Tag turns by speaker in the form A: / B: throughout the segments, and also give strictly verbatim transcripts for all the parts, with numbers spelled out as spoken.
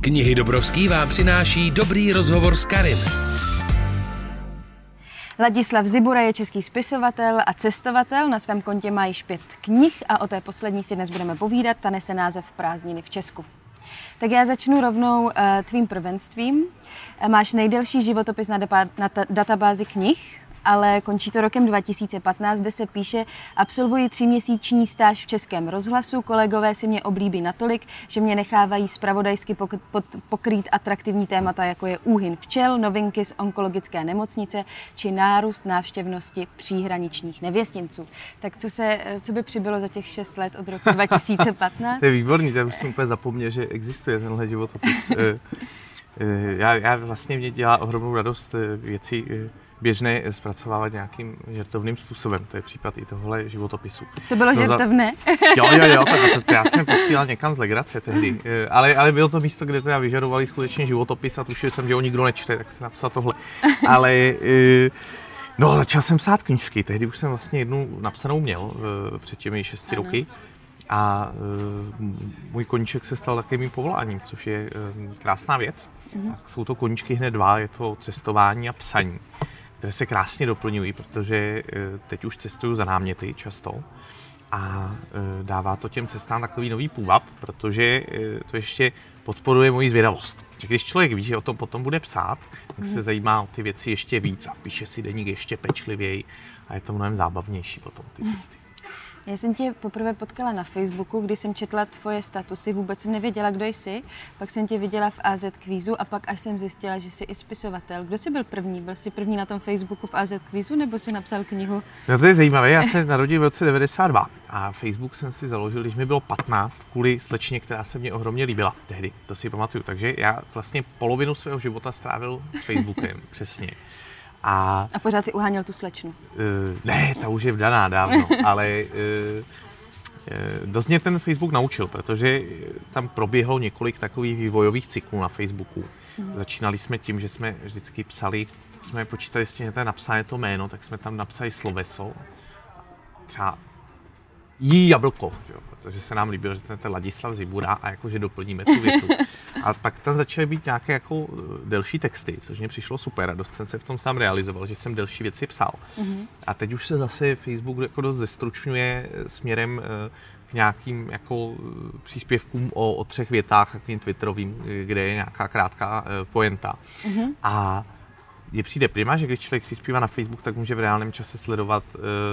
A: Knihy Dobrovský vám přináší dobrý rozhovor s Karin.
B: Ladislav Zibura je český spisovatel a cestovatel, na svém kontě má již pět knih a o té poslední si dnes budeme povídat, ta nese název Prázdniny v Česku. Tak já začnu rovnou uh, tvým prvenstvím. Máš nejdelší životopis na, depa- na ta- databázi knih, ale končí to rokem dva tisíce patnáct, kde se píše: absolvuji tříměsíční stáž v Českém rozhlasu, kolegové si mě oblíbí natolik, že mě nechávají zpravodajsky pok- pod- pokrýt atraktivní témata, jako je úhyn včel, novinky z onkologické nemocnice či nárůst návštěvnosti příhraničních nevěstinců. Tak co, se, co by přibylo za těch šest let od roku dva tisíce patnáct?
C: To je výborný, já už jsem úplně zapomněl, že existuje tenhle životopis. já, já vlastně mě dělá ohromnou radost věci běžné zpracovávat nějakým žertovným způsobem. To je případ i tohle životopisu.
B: To bylo no žertovné?
C: Za... Jo, jo, jo, to, to, to já jsem posílal někam z legrace tehdy. Ale, ale bylo to místo, kde teda vyžadovali skutečně životopis a tušil jsem, že ho nikdo nečte, tak jsem napsal tohle. Ale no, začal jsem psát knížky. Tehdy už jsem vlastně jednu napsanou měl před těmi šesti ano. roky. A můj koníček se stal takovým mým povoláním, což je krásná věc. Mhm. Jsou to koníčky hned dva, je to cestování a psaní, které se krásně doplňují, protože teď už cestuju za náměty často a dává to těm cestám takový nový půvab, protože to ještě podporuje moji zvědavost. Že když člověk ví, že o tom potom bude psát, tak se zajímá o ty věci ještě víc a píše si deník ještě pečlivěji a je to mnohem zábavnější potom ty cesty.
B: Já jsem tě poprvé potkala na Facebooku, kdy jsem četla tvoje statusy, vůbec jsem nevěděla, kdo jsi. Pak jsem tě viděla v á zet Kvízu a pak až jsem zjistila, že jsi i spisovatel. Kdo jsi byl první? Byl jsi první na tom Facebooku v á zet Kvízu nebo jsi napsal knihu?
C: No to je zajímavé, já jsem narodil v roce devadesát dva a Facebook jsem si založil, když mi bylo patnáct, kvůli slečně, která se mě ohromně líbila tehdy, to si pamatuju. Takže já vlastně polovinu svého života strávil s Facebookem, přesně. A,
B: a pořád si uháněl tu slečnu?
C: Uh, ne, ta už je vdaná dávno, ale uh, uh, dost mě ten Facebook naučil, protože tam proběhlo několik takových vývojových cyklů na Facebooku. Hmm. Začínali jsme tím, že jsme vždycky psali, jsme počítali, jestli je napsané to jméno, tak jsme tam napsali sloveso, třeba jí jablko, jo, protože se nám líbilo, že ten je Ladislav Zibura a jakože doplníme tu větu. A pak tam začaly být nějaké jako delší texty, což mě přišlo super a dost jsem se v tom sám realizoval, že jsem delší věci psal. Mm-hmm. A teď už se zase Facebook jako dost zestručňuje směrem k nějakým jako příspěvkům o, o třech větách, takovým twitterovým, kde je nějaká krátká pointa. Mm-hmm. A mně přijde prima, že když člověk přispívá na Facebook, tak může v reálném čase sledovat,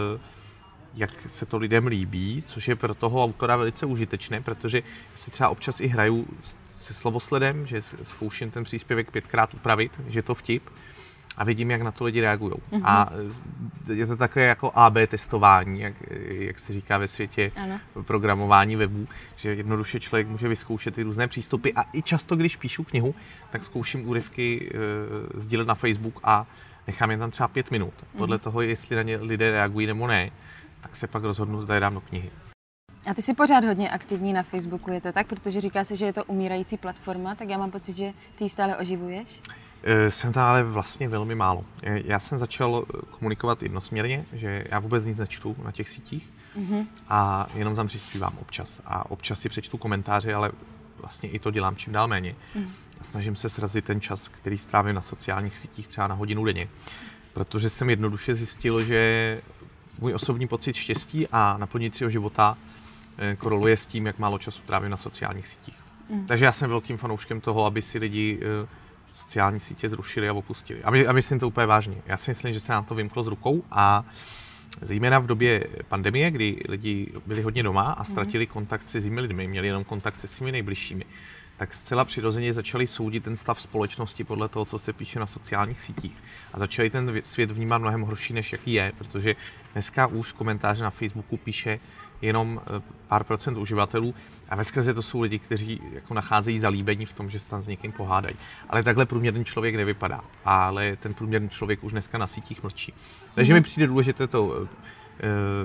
C: jak se to lidem líbí, což je pro toho autora velice užitečné, protože si třeba občas i hraju se slovosledem, že zkouším ten příspěvek pětkrát upravit, že je to vtip a vidím, jak na to lidi reagují. Mm-hmm. A je to takové jako á bé testování, jak, jak se říká ve světě ano. programování webů, že jednoduše člověk může vyzkoušet ty různé přístupy a i často, když píšu knihu, tak zkouším úryvky e, sdílet na Facebook a nechám je tam třeba pět minut. Podle mm-hmm. toho, jestli na ně lidé reagují nebo ne, tak se pak rozhodnu, zda je dám do knihy.
B: A ty jsi pořád hodně aktivní na Facebooku, je to tak? Protože říká se, že je to umírající platforma, tak já mám pocit, že ty ji stále oživuješ?
C: E, jsem tam ale vlastně velmi málo. Já jsem začal komunikovat jednosměrně, že já vůbec nic nečtu na těch sítích mm-hmm. a jenom tam přispívám občas. A občas si přečtu komentáře, ale vlastně i to dělám čím dál méně. Mm. A snažím se srazit ten čas, který strávím na sociálních sítích třeba na hodinu denně. Protože jsem jednoduše zjistil, že můj osobní pocit štěstí a naplňujícího života koreluje s tím, jak málo času trávím na sociálních sítích. Mm. Takže já jsem velkým fanouškem toho, aby si lidi sociální sítě zrušili a opustili. A, my, a myslím to úplně vážně. Já si myslím, že se nám to vymklo z rukou a zejména v době pandemie, kdy lidi byli hodně doma a ztratili mm. kontakt s cizími lidmi, měli jenom kontakt se svými nejbližšími, tak zcela přirozeně začali soudit ten stav společnosti podle toho, co se píše na sociálních sítích. A začali ten svět vnímat mnohem horší, než jaký je, protože dneska už komentáře na Facebooku píše jenom pár procent uživatelů a veskrze to jsou lidi, kteří jako nacházejí zalíbení v tom, že se tam s někým pohádají. Ale takhle průměrný člověk nevypadá, ale ten průměrný člověk už dneska na sítích mlčí. Takže mi přijde důležité to e,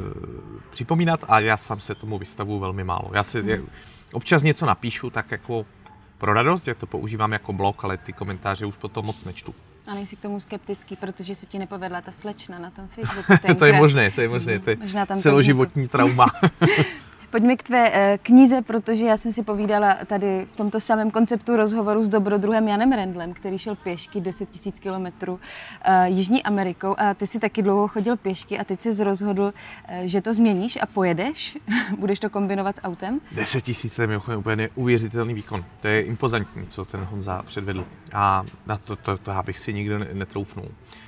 C: připomínat a já sám se tomu vystavuju velmi málo. Já si já, občas něco napíšu tak jako pro radost, jak to používám jako blog, ale ty komentáře už potom moc nečtu.
B: A nejsi k tomu skeptický, protože se ti nepovedla ta slečna na tom Facebooku.
C: To je možné, to je možné, to je celoživotní trauma.
B: Pojďme k tvé uh, knize, protože já jsem si povídala tady v tomto samém konceptu rozhovoru s dobrodruhem Janem Rendlem, který šel pěšky deset tisíc kilometrů uh, Jižní Amerikou a ty si taky dlouho chodil pěšky a teď jsi rozhodl, uh, že to změníš a pojedeš. Budeš to kombinovat s autem?
C: deset tisíc je mimochodem úplně neuvěřitelný výkon. To je impozantní, co ten Honza předvedl. A na to, to, to já bych si nikdo netroufnul.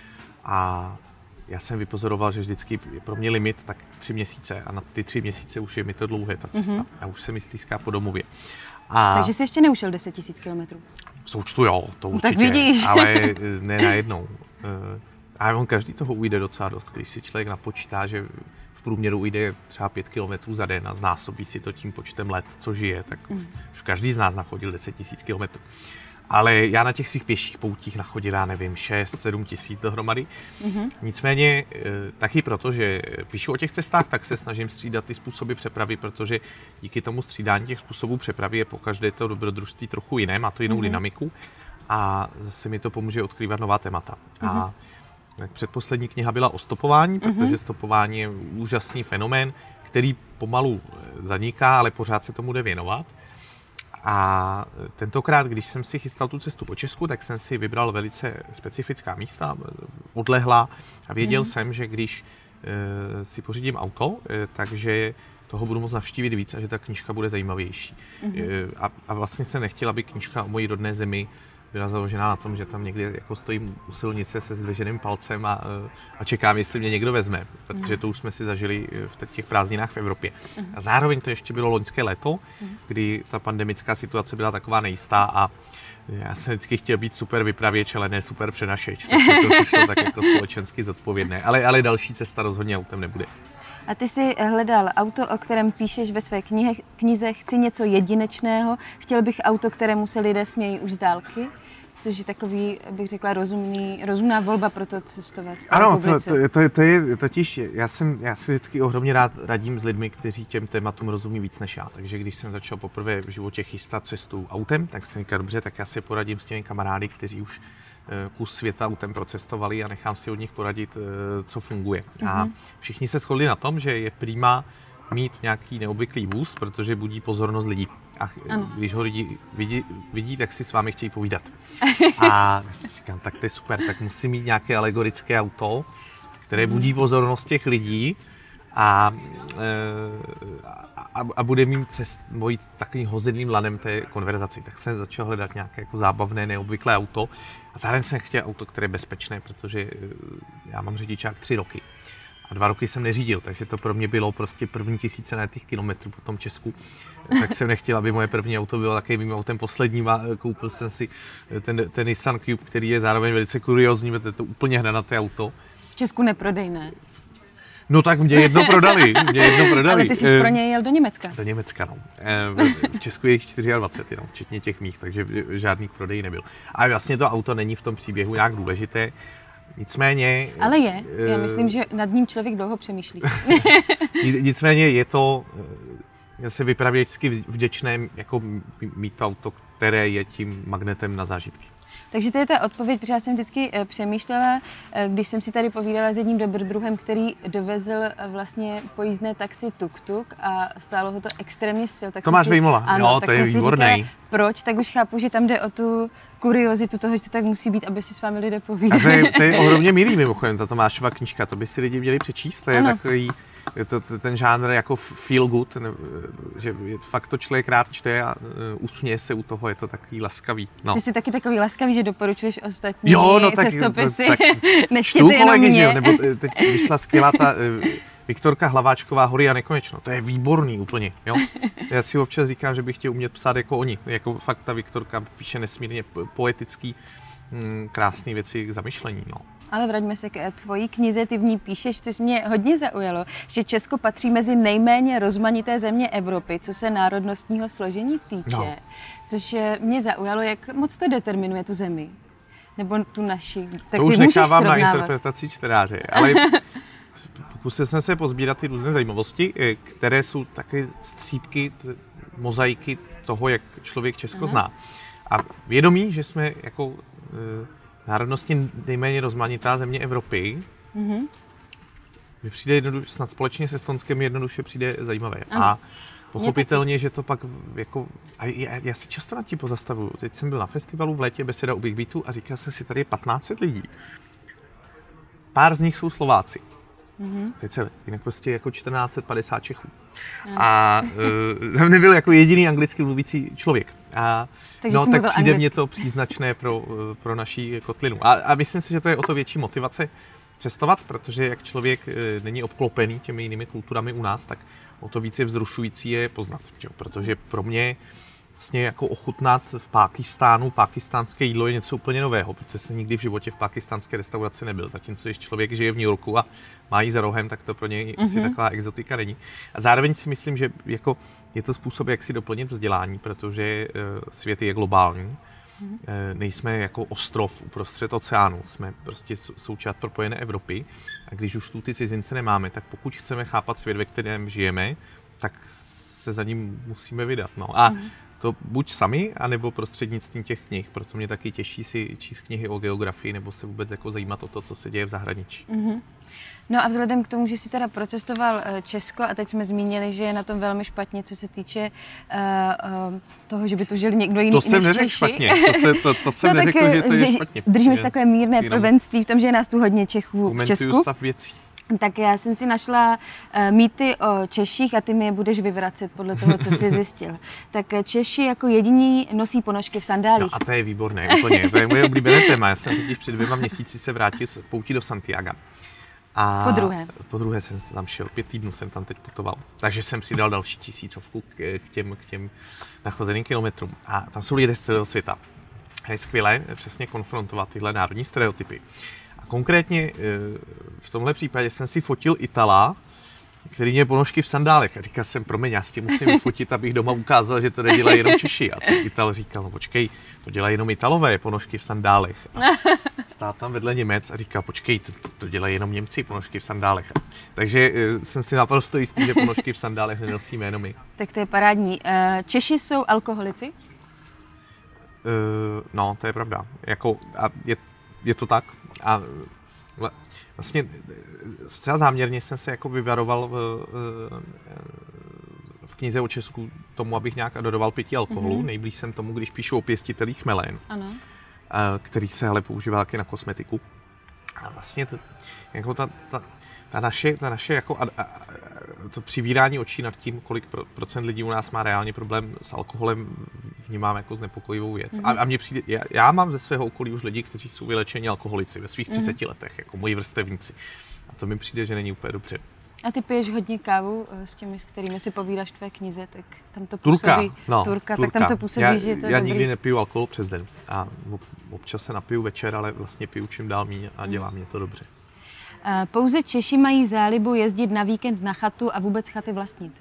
C: A já jsem vypozoroval, že vždycky je pro mě limit tak tři měsíce a na ty tři měsíce už je mi to dlouhé, ta cesta. Mm-hmm. A už se mi stýská po domově. A
B: takže jsi ještě neušel deset tisíc kilometrů?
C: V součtu jo, to určitě,
B: tak vidíš.
C: Ale ne najednou. A on každý toho ujde docela dost, když si člověk napočítá, že v průměru ujde třeba pět kilometrů za den a znásobí si to tím počtem let, co žije, tak mm. už každý z nás nachodil deset tisíc kilometrů. Ale já na těch svých pěších poutích nachodil, já nevím, šest sedm tisíc dohromady. Mm-hmm. Nicméně taky proto, že píšu o těch cestách, tak se snažím střídat ty způsoby přepravy, protože díky tomu střídání těch způsobů přepravy je po každé to dobrodružství trochu jiné, má to jinou mm-hmm. dynamiku a zase mi to pomůže odkrývat nová témata. Mm-hmm. A předposlední kniha byla o stopování, mm-hmm. protože stopování je úžasný fenomén, který pomalu zaniká, ale pořád se tomu jde věnovat. A tentokrát, když jsem si chystal tu cestu po Česku, tak jsem si vybral velice specifická místa, odlehlá a věděl mm. jsem, že když e, si pořídím auto, e, takže toho budu moct navštívit víc a že ta knížka bude zajímavější. Mm. E, a, a vlastně jsem nechtěl, aby knížka o mojí rodné zemi byla založená na tom, že tam někdy jako stojím u silnice se zdviženým palcem a, a čekám, jestli mě někdo vezme, protože to už jsme si zažili v těch prázdninách v Evropě. A zároveň to ještě bylo loňské léto, kdy ta pandemická situace byla taková nejistá a já jsem vždycky chtěl být super vypravěč, ale ne super přenašeč. Tak to přišlo tak jako společensky zodpovědné. Ale, ale další cesta rozhodně autem nebude.
B: A ty jsi hledal auto, o kterém píšeš ve své knihe, knize Chci něco jedinečného. Chtěl bych auto, kterému se lidé smějí už z dálky, což je takový, bych řekla, rozumný, rozumná volba pro to cestovat.
C: Ano, to, to, to, to je totiž, já, jsem, já si vždycky ohromně rád radím s lidmi, kteří těm tématům rozumí víc než já. Takže když jsem začal poprvé v životě chystat cestu autem, tak jsem říkal, dobře, tak já si poradím s těmi kamarády, kteří už kus světa autem procestovali a nechám si od nich poradit, co funguje. Mm-hmm. A všichni se shodli na tom, že je prima mít nějaký neobvyklý vůz, protože budí pozornost lidí. A ano. Když ho lidi vidí, vidí, tak si s vámi chtějí povídat. A říkám, tak to je super, tak musím mít nějaké alegorické auto, které budí pozornost těch lidí a, a, a bude mít cest, mojít takovým hozeným lanem té konverzaci. Tak jsem začal hledat nějaké jako zábavné, neobvyklé auto. A zároveň jsem chtěl auto, které je bezpečné, protože já mám řidičák tři roky. A dva roky jsem neřídil, takže to pro mě bylo prostě první tisíce najetých kilometrů po tom Česku. Tak jsem nechtěl, aby moje první auto bylo takovým autem posledním a koupil jsem si ten, ten Nissan Cube, který je zároveň velice kuriózní, protože to je úplně hranaté auto.
B: V Česku neprodejné.
C: No tak mě jedno prodali, mě jedno prodali.
B: Ale ty jsi pro něj jel do Německa.
C: Do Německa, no. V Česku je jich dvacet čtyři, jenom, včetně těch mých, takže žádný prodej nebyl. A vlastně to auto není v tom příběhu nějak důležité. Nicméně...
B: Ale je. Já myslím, že nad ním člověk dlouho přemýšlí.
C: Nicméně je to se vypravěčsky vděčné jako mít to auto, které je tím magnetem na zážitky.
B: Takže to je ta odpověď, protože já jsem vždycky přemýšlela, když jsem si tady povídala s jedním dobrodruhem, který dovezl vlastně pojízdné taxi tuk-tuk a stálo ho to extrémně sil. Tak
C: Tomáš Vejmola,
B: ano,
C: jo,
B: tak
C: to je výborný.
B: Říkala, proč? Tak už chápu, že tam jde o tu kuriozitu toho, že to tak musí být, aby si s vámi lidé povídali.
C: A to je, to je ohromně milý mimochodem, ta Tomášova knížka, to by si lidi měli přečíst, to je ano. takový... Je to ten žánr jako feel good, že fakt to člověk rád čte a usměje se u toho, je to takový laskavý. No.
B: Ty jsi taky takový laskavý, že doporučuješ ostatní
C: jo, no, tak,
B: cestopisy.
C: Tak,
B: čtu kolegy, že jo?
C: Nebo teď vyšla skvělá ta Viktorka Hlaváčková Hory a nekonečno. To je výborný úplně, jo. Já si občas říkám, že bych chtěl umět psát jako oni. Jako fakt ta Viktorka píše nesmírně poetický, krásné věci k zamyšlení, no.
B: Ale vraťme se k tvojí knize, ty v ní píšeš, což mě hodně zaujalo, že Česko patří mezi nejméně rozmanité země Evropy, co se národnostního složení týče. No. Což mě zaujalo, jak moc to determinuje tu zemi, nebo tu naši. Tak
C: to
B: ty
C: už nechávám na
B: srovnávat.
C: interpretaci čtenáře, ale pokusil jsem se pozbírat ty různé zajímavosti, které jsou také střípky, mozaiky toho, jak člověk Česko Aha. zná. A vědomí, že jsme jako národnostně nejméně rozmanitá země Evropy, mm-hmm. mi přijde jednoduše, snad společně s Estonskem jednoduše přijde zajímavé. A Pochopitelně, že to pak jako, a já, já si často nad tím pozastavuju. Teď jsem byl na festivalu v létě, beseda u Big Beatu a říkal jsem si, tady je patnáct set lidí. Pár z nich jsou Slováci. Mm-hmm. Teď se, jinak prostě jako čtrnáct set padesát Čechů. Mm. A uh, nebyl jako jediný anglicky mluvící člověk. A
B: Takže
C: no, tak přijde
B: anglicky.
C: mně to příznačné pro, pro naší kotlinu. A, a myslím si, že to je o to větší motivace cestovat, protože jak člověk uh, není obklopený těmi jinými kulturami u nás, tak o to více vzrušující je poznat. Čo? Protože pro mě vlastně jako ochutnat v Pákistánu pákistánské jídlo je něco úplně nového, protože jsem nikdy v životě v pákistánské restauraci nebyl. Zatímco když člověk žije v New Yorku a má jí za rohem, tak to pro něj mm-hmm. asi taková exotika není. A zároveň si myslím, že jako je to způsob, jak si doplnit vzdělání, protože svět je globální. Mm-hmm. Nejsme jako ostrov uprostřed oceánu, jsme prostě součást propojené Evropy. A když už tu ty cizince nemáme, tak pokud chceme chápat svět, ve kterém žijeme, tak se za ním musíme vydat. No. A mm-hmm. to buď sami, anebo prostřednictvím těch knih, proto mě taky těší si číst knihy o geografii nebo se vůbec jako zajímat o to, co se děje v zahraničí.
B: Mm-hmm. No a vzhledem k tomu, že jsi teda procestoval Česko a teď jsme zmínili, že je na tom velmi špatně, co se týče uh, uh, toho, že by tu žil někdo jiný
C: to jsem
B: než
C: neřekl
B: Češi.
C: špatně, to, se, to, to jsem
B: no,
C: neřekl,
B: tak,
C: že to je špatně.
B: Držíme si takové mírné
C: Jenom
B: prvenství v tom, že je nás tu hodně Čechů v Česku.
C: Stav věcí.
B: Tak já jsem si našla uh, mýty o Češích a ty mi je budeš vyvracet podle toho, co jsi zjistil. Tak Češi jako jediní nosí ponožky v sandálích.
C: No a to je výborné, úplně. To je moje oblíbené téma. Já jsem totiž před dvěma měsíci se vrátil z pouti do Santiaga. A
B: po druhé.
C: Po druhé jsem tam šel, pět týdnů jsem tam teď putoval. Takže jsem si dal další tisícovku k, k, těm, k těm nachozeným kilometrům. A tam jsou lidé z celého světa. A je skvělé přesně konfrontovat tyhle národní stereotypy. Konkrétně v tomhle případě jsem si fotil Itala, který měl ponožky v sandálech. A říkal jsem, promiň, já s tím musím fotit, abych doma ukázal, že to nedělají jenom Češi. A ten Ital říkal, no počkej, to dělají jenom Italové, ponožky v sandálech. A stál tam vedle Němec a říkal, počkej, to, to dělají jenom Němci, ponožky v sandálech. A takže jsem si naprosto jistý, že ponožky v sandálech nenosíme jenom my.
B: Tak to je parádní. Češi jsou alkoholici?
C: Uh, no, to je pravda. Jako, a je, je to tak. A vlastně zcela záměrně jsem se jako vyvaroval v, v knize o Česku tomu, abych nějak dodaval pití alkoholu. Mm-hmm. Nejblíž jsem tomu, když píšu o pěstitelích chmelen, ano. který se ale používá taky na kosmetiku. A vlastně to, jako ta, ta, ta naše, ta naše jako a, a, to přivírání očí nad tím, kolik pro, procent lidí u nás má reálně problém s alkoholem, vnímám jako znepokojivou věc. Mm-hmm. A, a mně přijde, já, já mám ze svého okolí už lidi, kteří jsou vylečeni alkoholici ve svých třiceti mm-hmm. letech, jako moji vrstevníci. A to mi přijde, že není úplně dobře.
B: A ty piješ hodně kávu s těmi, s kterými si povídáš v tvé knize, tak tam to působí...
C: Turka, no,
B: turka,
C: turka.
B: Tak tam to působí,
C: já,
B: že je to
C: Já
B: dobrý.
C: nikdy nepiju alkohol přes den. A občas se napiju večer, ale vlastně piju čím dál míň a dělá mě to dobře.
B: Pouze Češi mají zálibu jezdit na víkend na chatu a vůbec chaty vlastnit.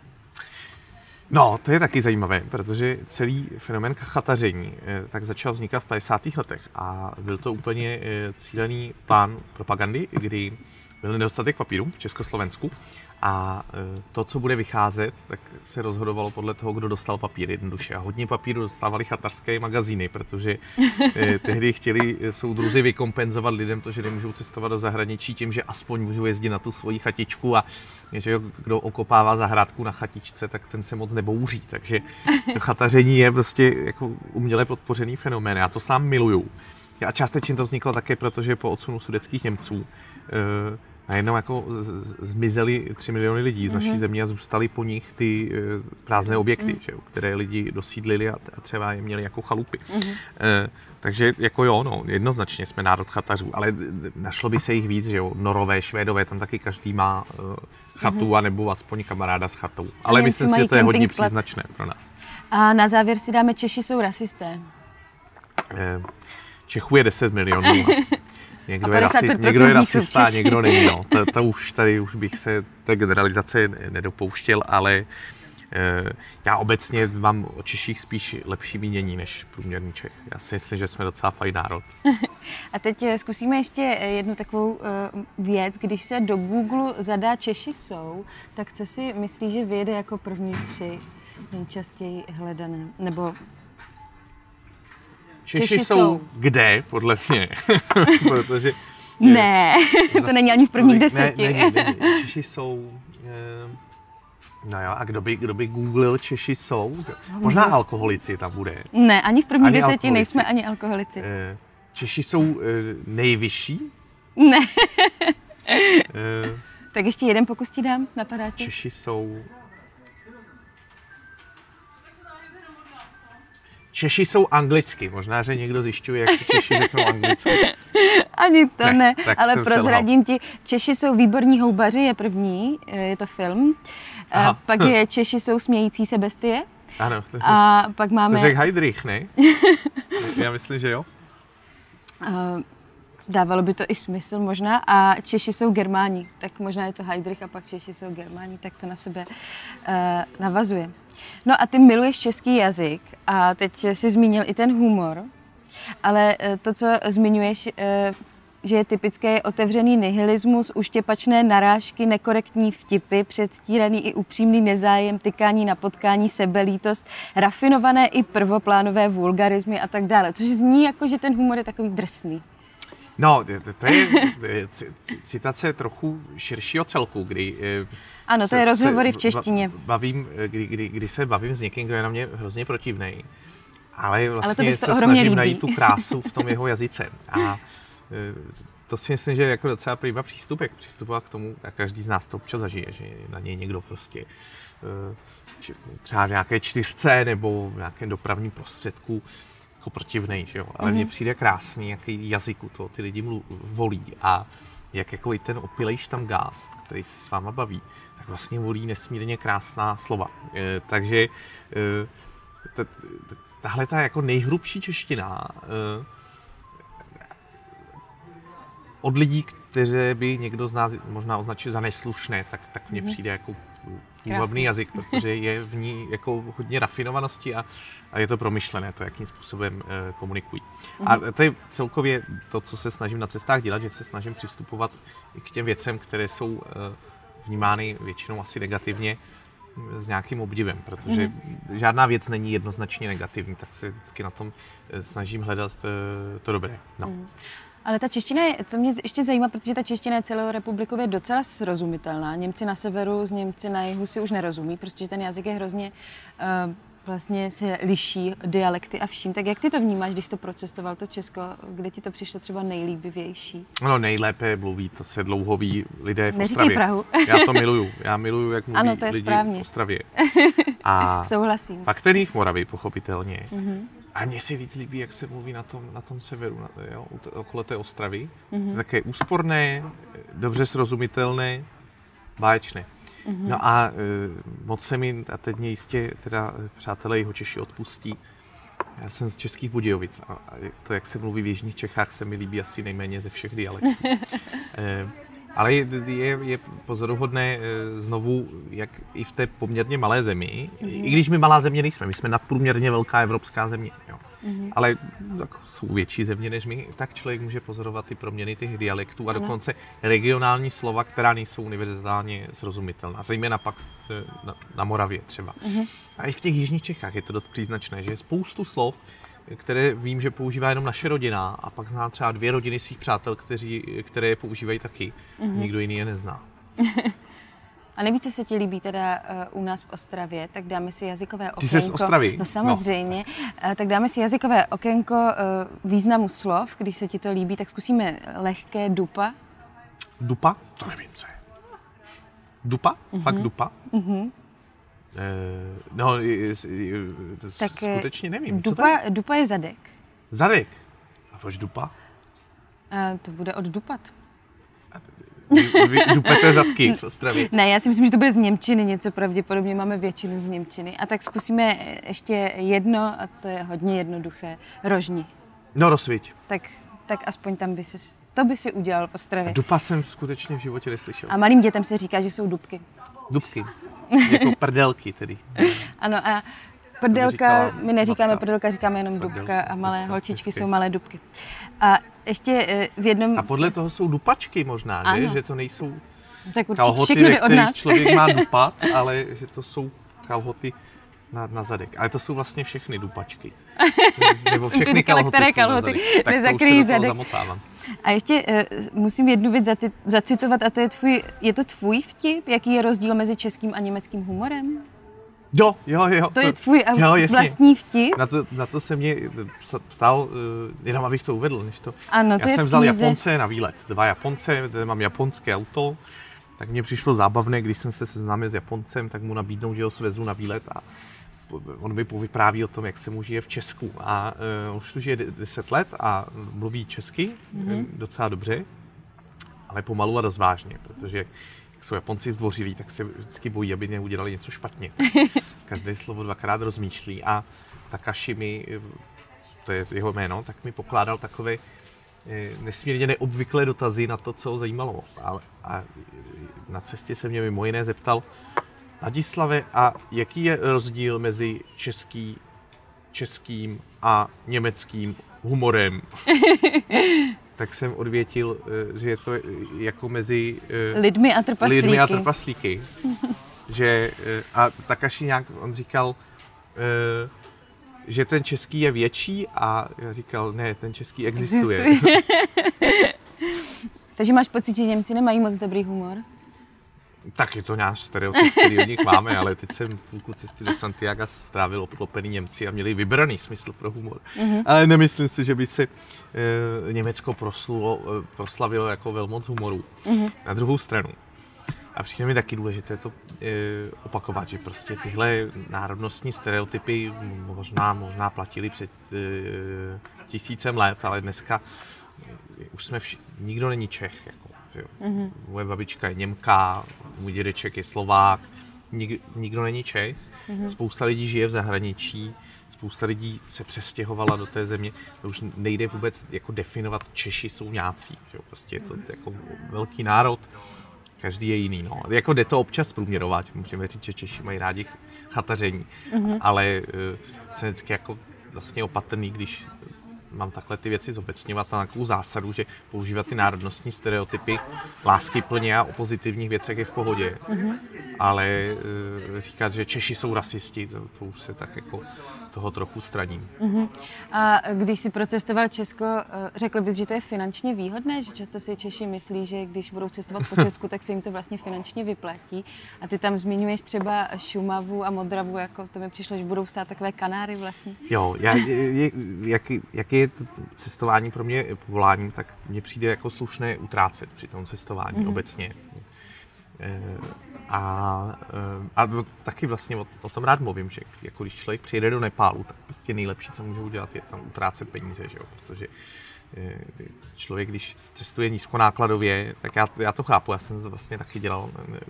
C: No, to je taky zajímavé, protože celý fenomén chataření tak začal vznikat v padesátých letech a byl to úplně cílený plán propagandy, kdy byl nedostatek papíru v Československu a to, co bude vycházet, tak se rozhodovalo podle toho, kdo dostal papír jednoduše. A hodně papíru dostávali chatarské magazíny, protože tehdy chtěli soudruzi vykompenzovat lidem to, že nemůžou cestovat do zahraničí tím, že aspoň můžou jezdit na tu svoji chatičku a že kdo okopává zahrádku na chatičce, tak ten se moc nebouří. Takže to chataření je prostě jako uměle podpořený fenomén. Já to sám miluju. A částečně to vzniklo také, protože po odsunu sudetských Němců najednou jako zmizely tři miliony lidí z naší mm-hmm. země a zůstaly po nich ty prázdné objekty, mm. že jo, které lidi dosídlili a třeba je měli jako chalupy. Mm-hmm. E, takže jako jo, no, jednoznačně jsme národ chatařů, ale našlo by se jich víc, že jo, Norové, Švédové, tam taky každý má uh, chatu mm-hmm. anebo aspoň kamaráda s chatou. Ale myslím si, že to je hodně příznačné pro nás.
B: A na závěr si dáme, Češi jsou rasisté.
C: E, Čechů je deset milionů. Někdo je, rasi, někdo je rasista, někdo není. No. To, to už tady už bych se té generalizace nedopouštěl, ale e, já obecně mám o Češích spíš lepší mínění než průměrný Čech. Já si myslím, že jsme docela fajn národ.
B: A teď zkusíme ještě jednu takovou uh, věc. Když se do Google zadá Češi jsou, tak co si myslíš, že vyjede jako první tři nejčastěji hledané? Nebo
C: Češi, Češi jsou, jsou kde, podle mě? Protože
B: ne, to není ani v prvních deseti.
C: Ne, ne, ne, ne. Češi jsou, No jo, a kdo by, kdo by googlil Češi jsou? Možná alkoholici tam bude.
B: Ne, ani v první
C: Ani
B: deseti
C: alkoholici.
B: nejsme ani alkoholici.
C: Eh, Češi jsou eh, nejvyšší?
B: Ne.
C: Eh,
B: Tak ještě jeden pokus ti dám, napadá ti?
C: Češi jsou... Češi jsou anglicky. Možná, že někdo zjišťuje, jak si Češi řeknou anglicky.
B: Ani to ne,
C: Ne,
B: ne
C: tak
B: ale
C: jsem
B: prozradím ti, Češi jsou výborní houbaři, je první, je to film.
C: Aha.
B: A pak je Češi jsou smějící se bestie.
C: Ano, to,
B: A pak
C: to
B: máme...
C: řekl Heydrich, ne? Já myslím, že jo.
B: Uh, dávalo by to i smysl možná. A Češi jsou Germáni, tak možná je to Heydrich a pak Češi jsou Germáni, tak to na sebe uh, navazuje. No a ty miluješ český jazyk a teď jsi zmínil i ten humor, ale uh, to, co zmiňuješ, uh, že je typické, je otevřený nihilismus, uštěpačné narážky, nekorektní vtipy, předstíraný i upřímný nezájem, tykání na potkání, sebelítost, rafinované i prvoplánové vulgarizmy a tak dále. Což zní jako, že ten humor je takový drsný.
C: No, to, to je citace trochu širšího celku, kdy...
B: Ano, to je rozhovory v češtině.
C: Bavím, kdy, kdy, kdy se bavím s někým, kdo je na mě hrozně protivnej, ale vlastně
B: ale to bys to
C: se
B: ohromně
C: snažím
B: líbí.
C: najít tu krásu v tom jeho jazyce. A to si myslím, že je jako docela prýma přístup, jak přistupovat k tomu, a každý z nás to občas zažije, že na něj někdo prostě třeba v nějaké čtyřce nebo v nějakém dopravním prostředku jako protivnej, že jo? Ale mně přijde krásný, jaký jazyku to ty lidi mluv, volí a jak jako i ten opilej štamgast, který se s váma baví, tak vlastně volí nesmírně krásná slova. E, takže e, tahle ta jako nejhrubší čeština e, od lidí, kteří by někdo z nás možná označil za neslušné, tak, tak mně přijde jako půvabný jazyk, protože je v ní jako hodně rafinovanosti a, a je to promyšlené, to, jakým způsobem e, komunikují. Mm-hmm. A to je celkově to, co se snažím na cestách dělat, že se snažím přistupovat i k těm věcem, které jsou e, vnímány většinou asi negativně, s nějakým obdivem, protože mm-hmm. žádná věc není jednoznačně negativní, tak se vždycky na tom snažím hledat e, to dobré. No. Mm.
B: Ale ta čeština je, co mě ještě zajímá, protože ta čeština je celorepublikově docela srozumitelná. Němci na severu, z Němci na jihu si už nerozumí, protože ten jazyk je hrozně, uh, vlastně se liší dialekty a vším. Tak jak ty to vnímáš, když to procestoval to Česko, kde ti to přišlo třeba nejlíbivější?
C: No nejlépe mluví to se dlouhoví lidé v
B: Neříkej
C: Ostravě.
B: Prahu.
C: Já to miluju, já miluju, jak mluví
B: ano, to je
C: lidi
B: správně.
C: v Ostravě. A
B: souhlasím.
C: pak ten jich Moravy, pochopitelně.
B: Mm-hmm.
C: A mně se víc líbí, jak se mluví na tom, na tom severu, na, jo, okolo té Ostravy. Mm-hmm. To je také úsporné, dobře srozumitelné, báječné. Mm-hmm. No a e, moc se mi, a teď mě jistě teda přátelé jeho Češi odpustí, já jsem z Českých Budějovic a, a to, jak se mluví v jižních Čechách, se mi líbí asi nejméně ze všech dialektů. e, Ale je, je, je pozoruhodné znovu, jak i v té poměrně malé zemi, mm-hmm. i když my malá země nejsme, my jsme nadprůměrně velká evropská země, jo. Mm-hmm. Ale tak jsou větší země než my, tak člověk může pozorovat ty proměny těch dialektů a ano. dokonce regionální slova, která nejsou univerzálně srozumitelná, zejména pak na, na Moravě třeba. Mm-hmm. A i v těch jižních Čechách je to dost příznačné, že je spoustu slov, které vím, že používá jenom naše rodina a pak znám třeba dvě rodiny svých přátel, kteří, které je používají taky. Mm-hmm. Nikdo jiný je nezná.
B: A nejvíce se ti líbí teda uh, u nás v Ostravě, tak dáme si jazykové okénko.
C: Ty jsi z Ostravy?
B: No samozřejmě. No. Uh, tak dáme si jazykové okénko uh, významu slov. Když se ti to líbí, tak zkusíme lehké dupa.
C: Dupa? To nevím, co je. Dupa? Mm-hmm. Fakt dupa?
B: Mhm.
C: No, tak skutečně nevím.
B: Dupa, dupa je zadek.
C: Zadek? A proč dupa?
B: Uh, to bude od dupat.
C: Vy, vy dupete zadky v Ostravě.
B: Ne, já si myslím, že to bude z němčiny něco, pravděpodobně máme většinu z němčiny. A tak zkusíme ještě jedno, a to je hodně jednoduché, rožni.
C: No, rozsviť.
B: Tak, tak aspoň tam by si, to by si udělal v Ostravě.
C: A dupa jsem skutečně v životě neslyšel.
B: A malým dětem se říká, že jsou dubky.
C: Dubky. Jako prdelky tedy.
B: Ano a prdelka, my neříkáme matka. Prdelka, říkáme jenom Prdel, dubka a malé dubka, holčičky hezky. Jsou malé dubky. A ještě v jednom...
C: A podle toho jsou dupačky možná,
B: ano.
C: že? Že to nejsou
B: tak
C: kalhoty, ve kterých člověk má dupat, ale že to jsou kalhoty na, na zadek. Ale to jsou vlastně všechny dupačky.
B: Nebo všechny kalhoty, které kalhoty nezakryjí zadek. A ještě uh, musím jednu věc zati- zacitovat, a to je tvůj, je to tvůj vtip? Jaký je rozdíl mezi českým a německým humorem?
C: Jo, jo, jo.
B: To, to je tvůj jo, vlastní vtip?
C: Na to, na to se mě ptal, uh, jenom abych to uvedl, než to.
B: Ano, to
C: Já
B: je
C: jsem vzal Japonce na výlet, dva Japonce, tady mám japonské auto, tak mně přišlo zábavné, když jsem se seznámil s Japoncem, tak mu nabídnou, že ho svezu na výlet a on mi povypráví o tom, jak se mu žije v Česku. A uh, už tu žije deset let a mluví česky mm-hmm. docela dobře, ale pomalu a dost vážně, protože jak jsou Japonci zdvořilí, tak se vždycky bojí, aby neudělali něco špatně. Každé slovo dvakrát rozmýšlí a Takashi mi, to je jeho jméno, tak mi pokládal takové nesmírně neobvyklé dotazy na to, co ho zajímalo. A, a na cestě se mě mimo jiné zeptal: Ladislave, a jaký je rozdíl mezi český, českým a německým humorem? Tak jsem odvětil, že je to jako mezi
B: lidmi a trpaslíky.
C: Lidmi a trpaslíky. Že, a Takashi nějak, on říkal, že ten český je větší a já říkal, ne, ten český existuje. existuje.
B: Takže máš pocit, že Němci nemají moc dobrý humor?
C: Tak je to náš stereotyp, který od nich máme, ale teď jsem půlku cesty do Santiaga strávil obklopený Němci a měli vybraný smysl pro humor. Mm-hmm. Ale nemyslím si, že by se e, Německo proslulo, e, proslavilo jako velmoc humoru. Mm-hmm. Na druhou stranu. A přijde mi taky důležité to e, opakovat, že prostě tyhle národnostní stereotypy možná, možná platily před e, tisícem let, ale dneska e, už jsme vši, nikdo není Čech. Jako. Mm-hmm. Moje babička je Němka, můj dědeček je Slovák, nik, nikdo není Čech. Mm-hmm. Spousta lidí žije v zahraničí, spousta lidí se přestěhovala do té země. To už nejde vůbec jako definovat, Češi jsou nějací. Že? Prostě je to jako velký národ, každý je jiný. No. Jako jde to občas průměrovat, můžeme říct, že Češi mají rádi chataření, mm-hmm. ale uh, jsem vždycky jako vlastně opatrný, když mám takhle ty věci zobecňovat na takovou zásadu, že používat ty národnostní stereotypy láskyplně a o pozitivních věcech je v pohodě. Mm-hmm. Ale e, říkat, že Češi jsou rasisti, to, to už se tak jako toho trochu straním.
B: Mm-hmm. A když si procestoval Česko, řekl bys, že to je finančně výhodné? Že často si Češi myslí, že když budou cestovat po Česku, tak se jim to vlastně finančně vyplatí. A ty tam zmiňuješ třeba Šumavu a Modravu, jako to mi přišlo, že budou stát takové Kanáry vlastně.
C: Jo, já, je, jaký, jaký je to cestování pro mě povoláním, tak mně přijde jako slušné utrácet při tom cestování mm-hmm. obecně. E, a, a taky vlastně o, o tom rád mluvím, že jako když člověk přijede do Nepálu, tak prostě nejlepší, co může udělat, je tam utrácet peníze, že jo? Protože člověk, když cestuje nízkonákladově, tak já, já to chápu, já jsem to vlastně taky dělal,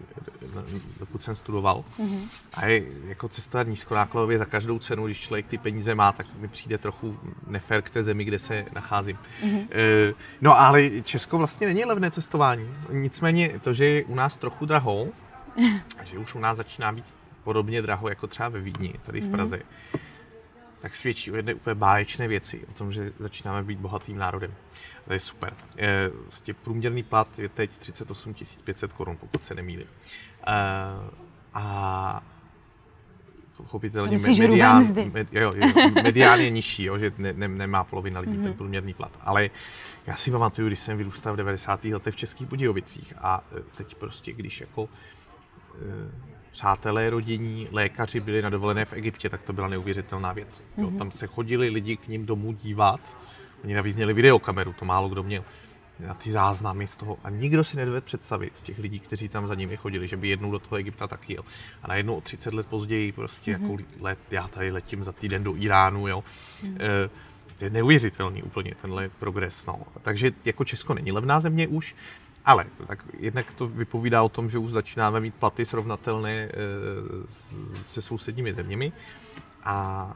C: dokud jsem studoval. Mm-hmm. A je, jako cestovat nízkonákladově za každou cenu, když člověk ty peníze má, tak mi přijde trochu nefér k té zemi, kde se nacházím. Mm-hmm. E, no ale Česko vlastně není levné cestování. Nicméně to, že je u nás trochu draho, že už u nás začíná být podobně draho jako třeba ve Vídni, tady v Praze, mm-hmm. tak svědčí o jedné úplně báječné věci, o tom, že začínáme být bohatým národem. To je super. E, vlastně průměrný plat je teď třicet osm tisíc pět set korun, pokud se nemýlím. E, a pochopitelně medián, med, jo, jo, medián je nižší, jo, že ne, ne, nemá polovina lidí mm-hmm. ten průměrný plat. Ale já si pamatuju, když jsem vyrůstal v devadesátých letech v Českých Budějovicích a teď prostě, když jako e, přátelé, rodiní, lékaři byli na dovolené v Egyptě, tak to byla neuvěřitelná věc. Jo, tam se chodili lidi k ním domů dívat, oni navíc měli videokameru, to málo kdo měl, na ty záznamy z toho a nikdo si nedovedl představit z těch lidí, kteří tam za nimi chodili, že by jednou do toho Egypta taky jel. A najednou o třicet let později prostě mm-hmm. jako let, já tady letím za týden do Iránu, jo. Mm-hmm. E, je neuvěřitelný úplně tenhle progres, no. Takže jako Česko není levná země už, ale tak jednak to vypovídá o tom, že už začínáme mít platy srovnatelné e, se sousedními zeměmi a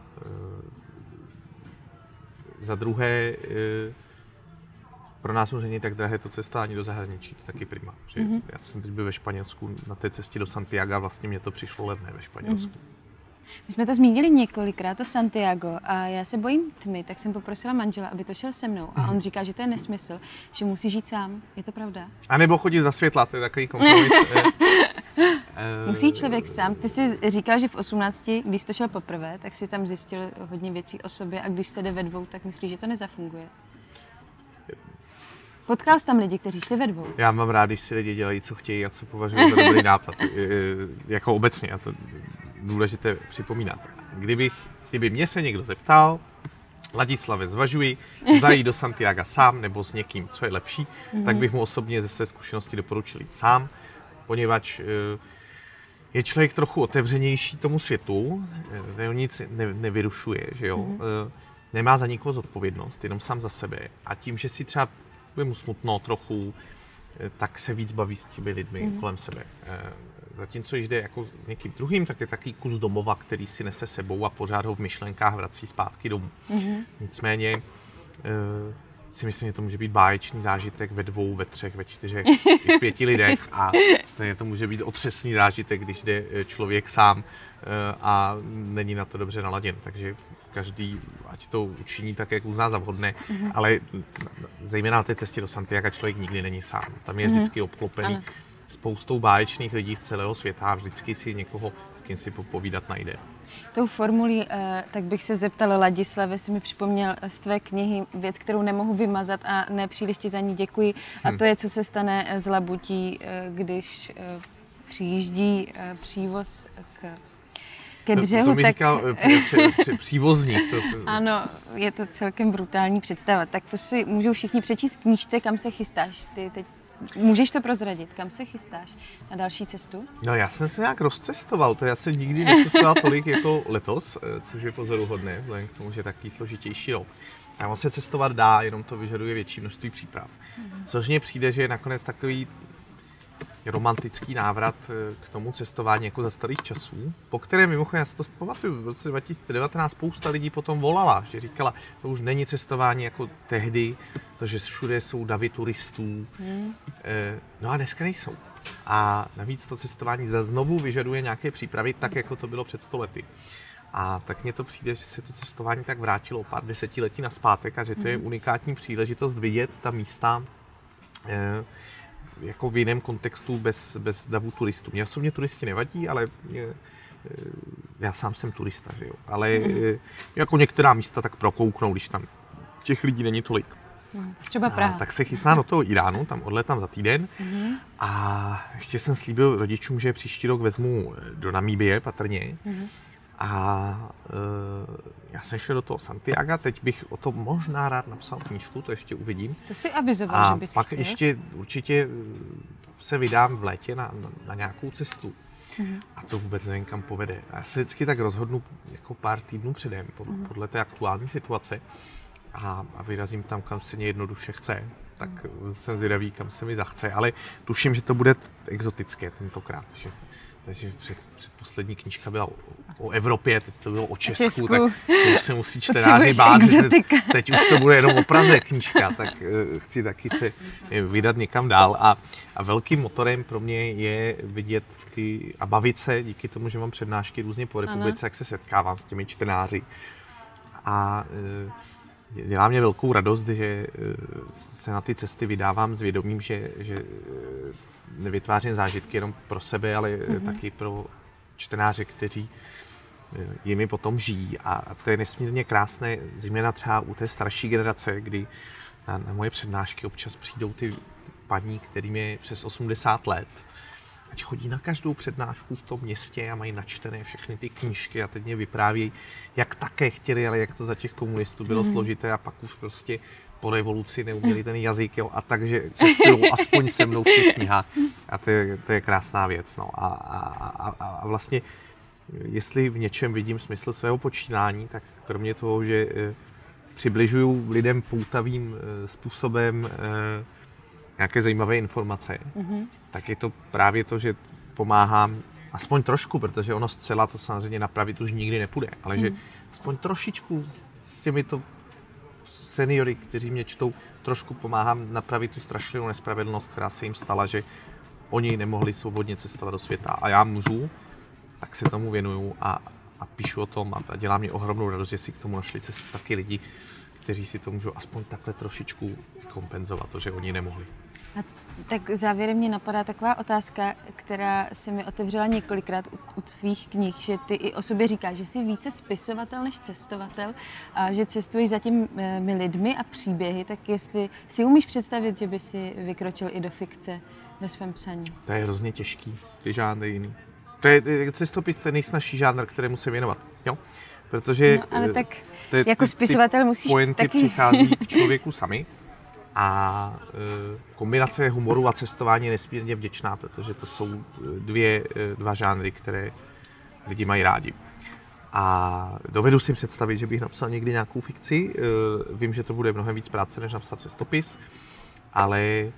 C: e, za druhé e, pro nás už není tak drahé to cestování do zahraničí, to taky prima. Že mm-hmm. Já jsem teď byl ve Španělsku na té cestě do Santiaga, vlastně mě to přišlo levné ve Španělsku. Mm-hmm.
B: My jsme to zmínili několikrát, to Santiago, a já se bojím tmy, tak jsem poprosila manžela, aby to šel se mnou. A on říká, že to je nesmysl, že musí žít sám. Je to pravda?
C: A nebo chodit za světla, to je takový kompromis.
B: Musí člověk sám. Ty jsi říkal, že v osmnácti, když jsi to šel poprvé, tak si tam zjistil hodně věcí o sobě a když se jde ve dvou, tak myslíš, že to nezafunguje? Potkal jsi tam lidi, kteří šli ve dvou?
C: Já mám rád, když si lidi dělají, co chtějí a co považují za dobrý nápad. Jako obecně, a to důležité připomínat. Kdybych, kdyby mě se někdo zeptal, Ladislave, zvažuji, zda jít do Santiaga sám nebo s někým, co je lepší, mm-hmm. tak bych mu osobně ze své zkušenosti doporučil jít sám, poněvadž je člověk trochu otevřenější tomu světu, ne, nic ne, nevyrušuje, že jo? Mm-hmm. Nemá za nikoho zodpovědnost, jenom sám za sebe. A tím, že si třeba je mu smutno trochu, tak se víc baví s těmi lidmi mm-hmm. kolem sebe. Zatímco, když jde jako s někým druhým, tak je takový kus domova, který si nese sebou a pořád ho v myšlenkách vrací zpátky domů. Mm-hmm. Nicméně e, si myslím, že to může být báječný zážitek ve dvou, ve třech, ve čtyřech, i v pěti lidech a stejně to může být otřesný zážitek, když jde člověk sám e, a není na to dobře naladěn. Takže každý, ať to učiní tak, jak uzná za vhodné, mm-hmm. ale zejména na té cestě do Santiaga člověk nikdy není sám. Tam je mm-hmm. vždycky obklopený ano. spoustou báječných lidí z celého světa a vždycky si někoho, s kým si popovídat najde.
B: Tou formulí, tak bych se zeptala Ladislavy, si mi připomněl z tvé knihy věc, kterou nemohu vymazat a ne příliš ti za ní děkuji. A to je, co se stane z labutí, když přijíždí přívoz k ke břehu.
C: To, to mi
B: tak...
C: říkal při, při, přívozník. To, to...
B: Ano, je to celkem brutální představa. Tak to si můžou všichni přečíst v knížce, kam se chystáš. Ty teď můžeš to prozradit, kam se chystáš na další cestu?
C: No já jsem se nějak rozcestoval, to já jsem nikdy necestoval tolik jako letos, což je pozoruhodné, vzhledem k tomu, že je takový složitější rok. A on se cestovat dá, jenom to vyžaduje větší množství příprav. Mm-hmm. Což mně přijde, že je nakonec takový romantický návrat k tomu cestování jako za starých časů, po které mimochodem, já si to pamatuju, v roce dva tisíce devatenáct spousta lidí potom volala, že říkala, to už není cestování jako tehdy, protože všude jsou davy turistů, hmm. e, no a dneska nejsou. A navíc to cestování za znovu vyžaduje nějaké přípravy, tak jako to bylo před sto lety. A tak mně to přijde, že se to cestování tak vrátilo pár desetiletí nazpátek a že to je unikátní příležitost vidět ta místa, e, jako v jiném kontextu bez, bez davu turistů. Mě osobně turisti nevadí, ale mě, já sám jsem turista, že jo. Ale mm. jako některá místa tak prokouknou, když tam těch lidí není tolik.
B: Mm. Třeba Praha.
C: A tak se chystá do toho Iránu, tam odletám za týden. Mm. A ještě jsem slíbil rodičům, že příští rok vezmu do Namíbie patrně. Mm. A e, já jsem šel do toho Santiaga, teď bych o tom možná rád napsal knížku, to ještě uvidím.
B: To si avizoval,
C: a
B: že bys
C: pak
B: chtěl?
C: ještě určitě se vydám v létě na, na, na nějakou cestu. Mm-hmm. A co vůbec nevím, kam povede. A já se vždycky tak rozhodnu jako pár týdnů předem, pod, mm-hmm. podle té aktuální situace a, a vyrazím tam, kam se mě jednoduše chce. Tak mm. jsem zvědavý, kam se mi zachce, ale tuším, že to bude exotické tentokrát. Že Takže před, předposlední knížka byla o, o Evropě, teď to bylo o Česku, Česku. Tak to už se musí čtenáři bát, teď, teď už to bude jenom o Praze knížka, tak uh, chci taky se vydat někam dál. A, a velkým motorem pro mě je vidět ty a bavit se díky tomu, že mám přednášky různě po republice, jak se setkávám s těmi čtenáři. A uh, dělá mě velkou radost, že se na ty cesty vydávám s vědomím, že, že nevytvářím zážitky jenom pro sebe, ale mm-hmm. taky pro čtenáře, kteří jimi potom žijí. A to je nesmírně krásné, zejména třeba u té starší generace, kdy na, na moje přednášky občas přijdou ty paní, kterým je přes osmdesát let. Ať chodí na každou přednášku v tom městě a mají načtené všechny ty knížky a teď mě vyprávějí, jak také chtěli, ale jak to za těch komunistů bylo mm. složité a pak už prostě po revoluci neuměli ten jazyk, jo, a takže cestují aspoň se mnou v těch knihách. A to je, to je krásná věc. No. A, a, a, a vlastně, jestli v něčem vidím smysl svého počínání, tak kromě toho, že eh, přibližuju lidem poutavým eh, způsobem eh, nějaké zajímavé informace, mm-hmm. tak je to právě to, že pomáhám aspoň trošku, protože ono zcela to samozřejmě napravit už nikdy nepůjde, ale mm. že aspoň trošičku s těmito seniory, kteří mě čtou, trošku pomáhám napravit tu strašlivou nespravedlnost, která se jim stala, že oni nemohli svobodně cestovat do světa a já můžu, tak se tomu věnuju a a píšu o tom a dělá mě ohromnou radost, že si k tomu našli cestu taky lidi, kteří si to můžou aspoň takhle trošičku kompenzovat, to, že oni nemohli.
B: A tak závěrem mě napadá taková otázka, která se mi otevřela několikrát u, u tvých knih, že ty i o sobě říkáš, že jsi více spisovatel než cestovatel a že cestuješ za těmi lidmi a příběhy, tak jestli si umíš představit, že by si vykročil i do fikce ve svém psaní?
C: To je hrozně těžký, ty žánry jiný. To je cestopis, to je nejsnažší žánr, kterému se věnovat, jo? Protože
B: no, ale tak
C: ty,
B: jako spisovatel musíš
C: pointy
B: taky...
C: přichází k člověku sami a e, kombinace humoru a cestování je nesmírně vděčná, protože to jsou dvě, dva žánry, které lidi mají rádi. A dovedu si představit, že bych napsal někdy nějakou fikci, e, vím, že to bude mnohem víc práce, než napsat cestopis, ale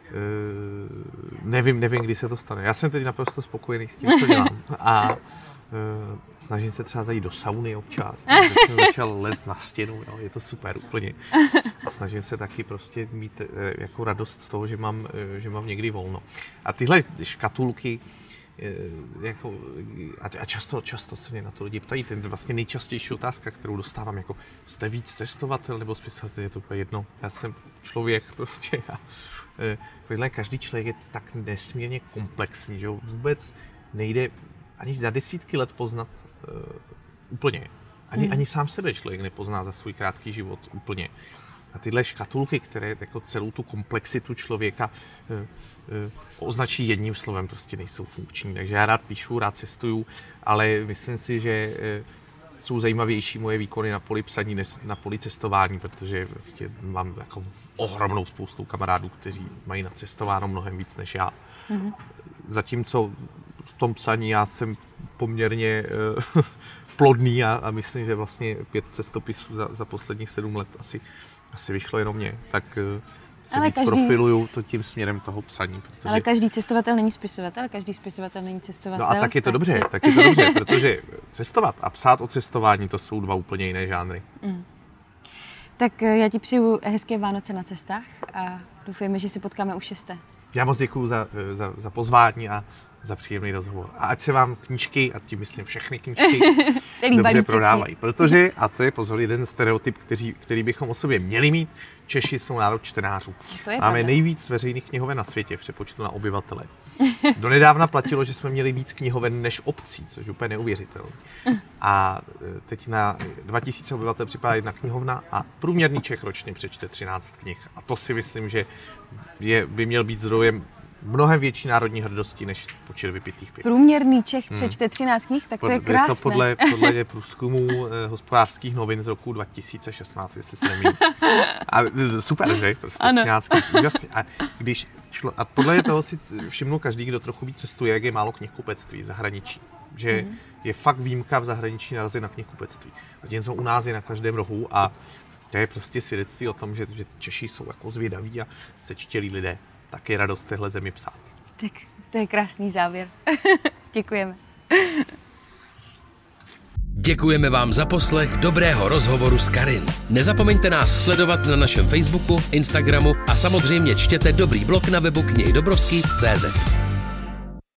C: Uh, nevím, nevím, kdy se to stane. Já jsem teď naprosto spokojený s tím, co dělám. A uh, snažím se třeba zajít do sauny občas. Jsem začal lézt na stěnu, jo, je to super úplně. A snažím se taky prostě mít uh, jako radost z toho, že mám, uh, že mám někdy volno. A tyhle škatulky, uh, jako, a často, často se mě na to lidi ptají, ten vlastně nejčastější otázka, kterou dostávám, jako jste víc cestovatel nebo spisovatel, je to úplně jedno. Já jsem člověk prostě. A, Tohle každý člověk je tak nesmírně komplexní, že vůbec nejde ani za desítky let poznat uh, úplně. Ani, hmm. ani sám sebe člověk nepozná za svůj krátký život úplně. A tyhle škatulky, které jako celou tu komplexitu člověka uh, uh, označí jedním slovem, prostě nejsou funkční. Takže já rád píšu, rád cestuju, ale myslím si, že uh, jsou zajímavější moje výkony na poli psaní než na poli cestování, protože vlastně mám jako ohromnou spoustu kamarádů, kteří mají nacestováno mnohem víc než já. Mm-hmm. Zatímco v tom psaní já jsem poměrně uh, plodný a, a myslím, že vlastně pět cestopisů za, za posledních sedm let asi, asi vyšlo jenom mě. Tak uh, se
B: ale
C: víc
B: každý...
C: profiluju to tím směrem toho psaní. Protože...
B: Ale každý cestovatel není spisovatel, každý spisovatel není cestovatel.
C: No a tak je to
B: takže...
C: dobře, tak je to dobře, protože cestovat a psát o cestování, to jsou dva úplně jiné žánry. Mm.
B: Tak já ti přeju hezké Vánoce na cestách a doufejme, že se potkáme u šesté.
C: Já moc děkuju za, za, za pozvání a za příjemný rozhovor. A ať se vám knížky, a tím myslím všechny knížky, dobře prodávají. Protože, a to je pozor, jeden stereotyp, který, který bychom o sobě měli mít, Češi jsou národ čtenářů. Máme
B: pravda.
C: nejvíc veřejných knihoven na světě v přepočtu na obyvatele. Donedávna platilo, že jsme měli víc knihoven než obcí, což je úplně neuvěřitelné. A teď na dva tisíce obyvatel připadá jedna knihovna a průměrný Čech ročně přečte třináct knih. A to si myslím, že je, by měl být zdrojem mnohem větší národní hrdosti než počet vypitých piv.
B: Průměrný Čech hmm. přečte třináct knih, tak to je krásné.
C: Je to podle, podle průzkumů eh, hospodářských novin z roku dva tisíce šestnáct, jestli se nemýlím. A super, že? Prostě třináct knih, úžasně. A, když člo, a podle toho si všimnul každý, kdo trochu víc cestuje, jak je málo knihkupectví v zahraničí. Že hmm. je fakt výjimka v zahraničí narazit na knihkupectví. Zatímco u nás je na každém rohu a to je prostě svědectví o tom, že, že Češi jsou jako zvědaví a sečtělí lidé. Tak je radost téhle zemi psát.
B: Tak to je krásný závěr. Děkujeme.
A: Děkujeme vám za poslech dobrého rozhovoru s Karin. Nezapomeňte nás sledovat na našem Facebooku, Instagramu a samozřejmě čtěte Dobrý blog na webu knihy dobrovský tečka cé zet.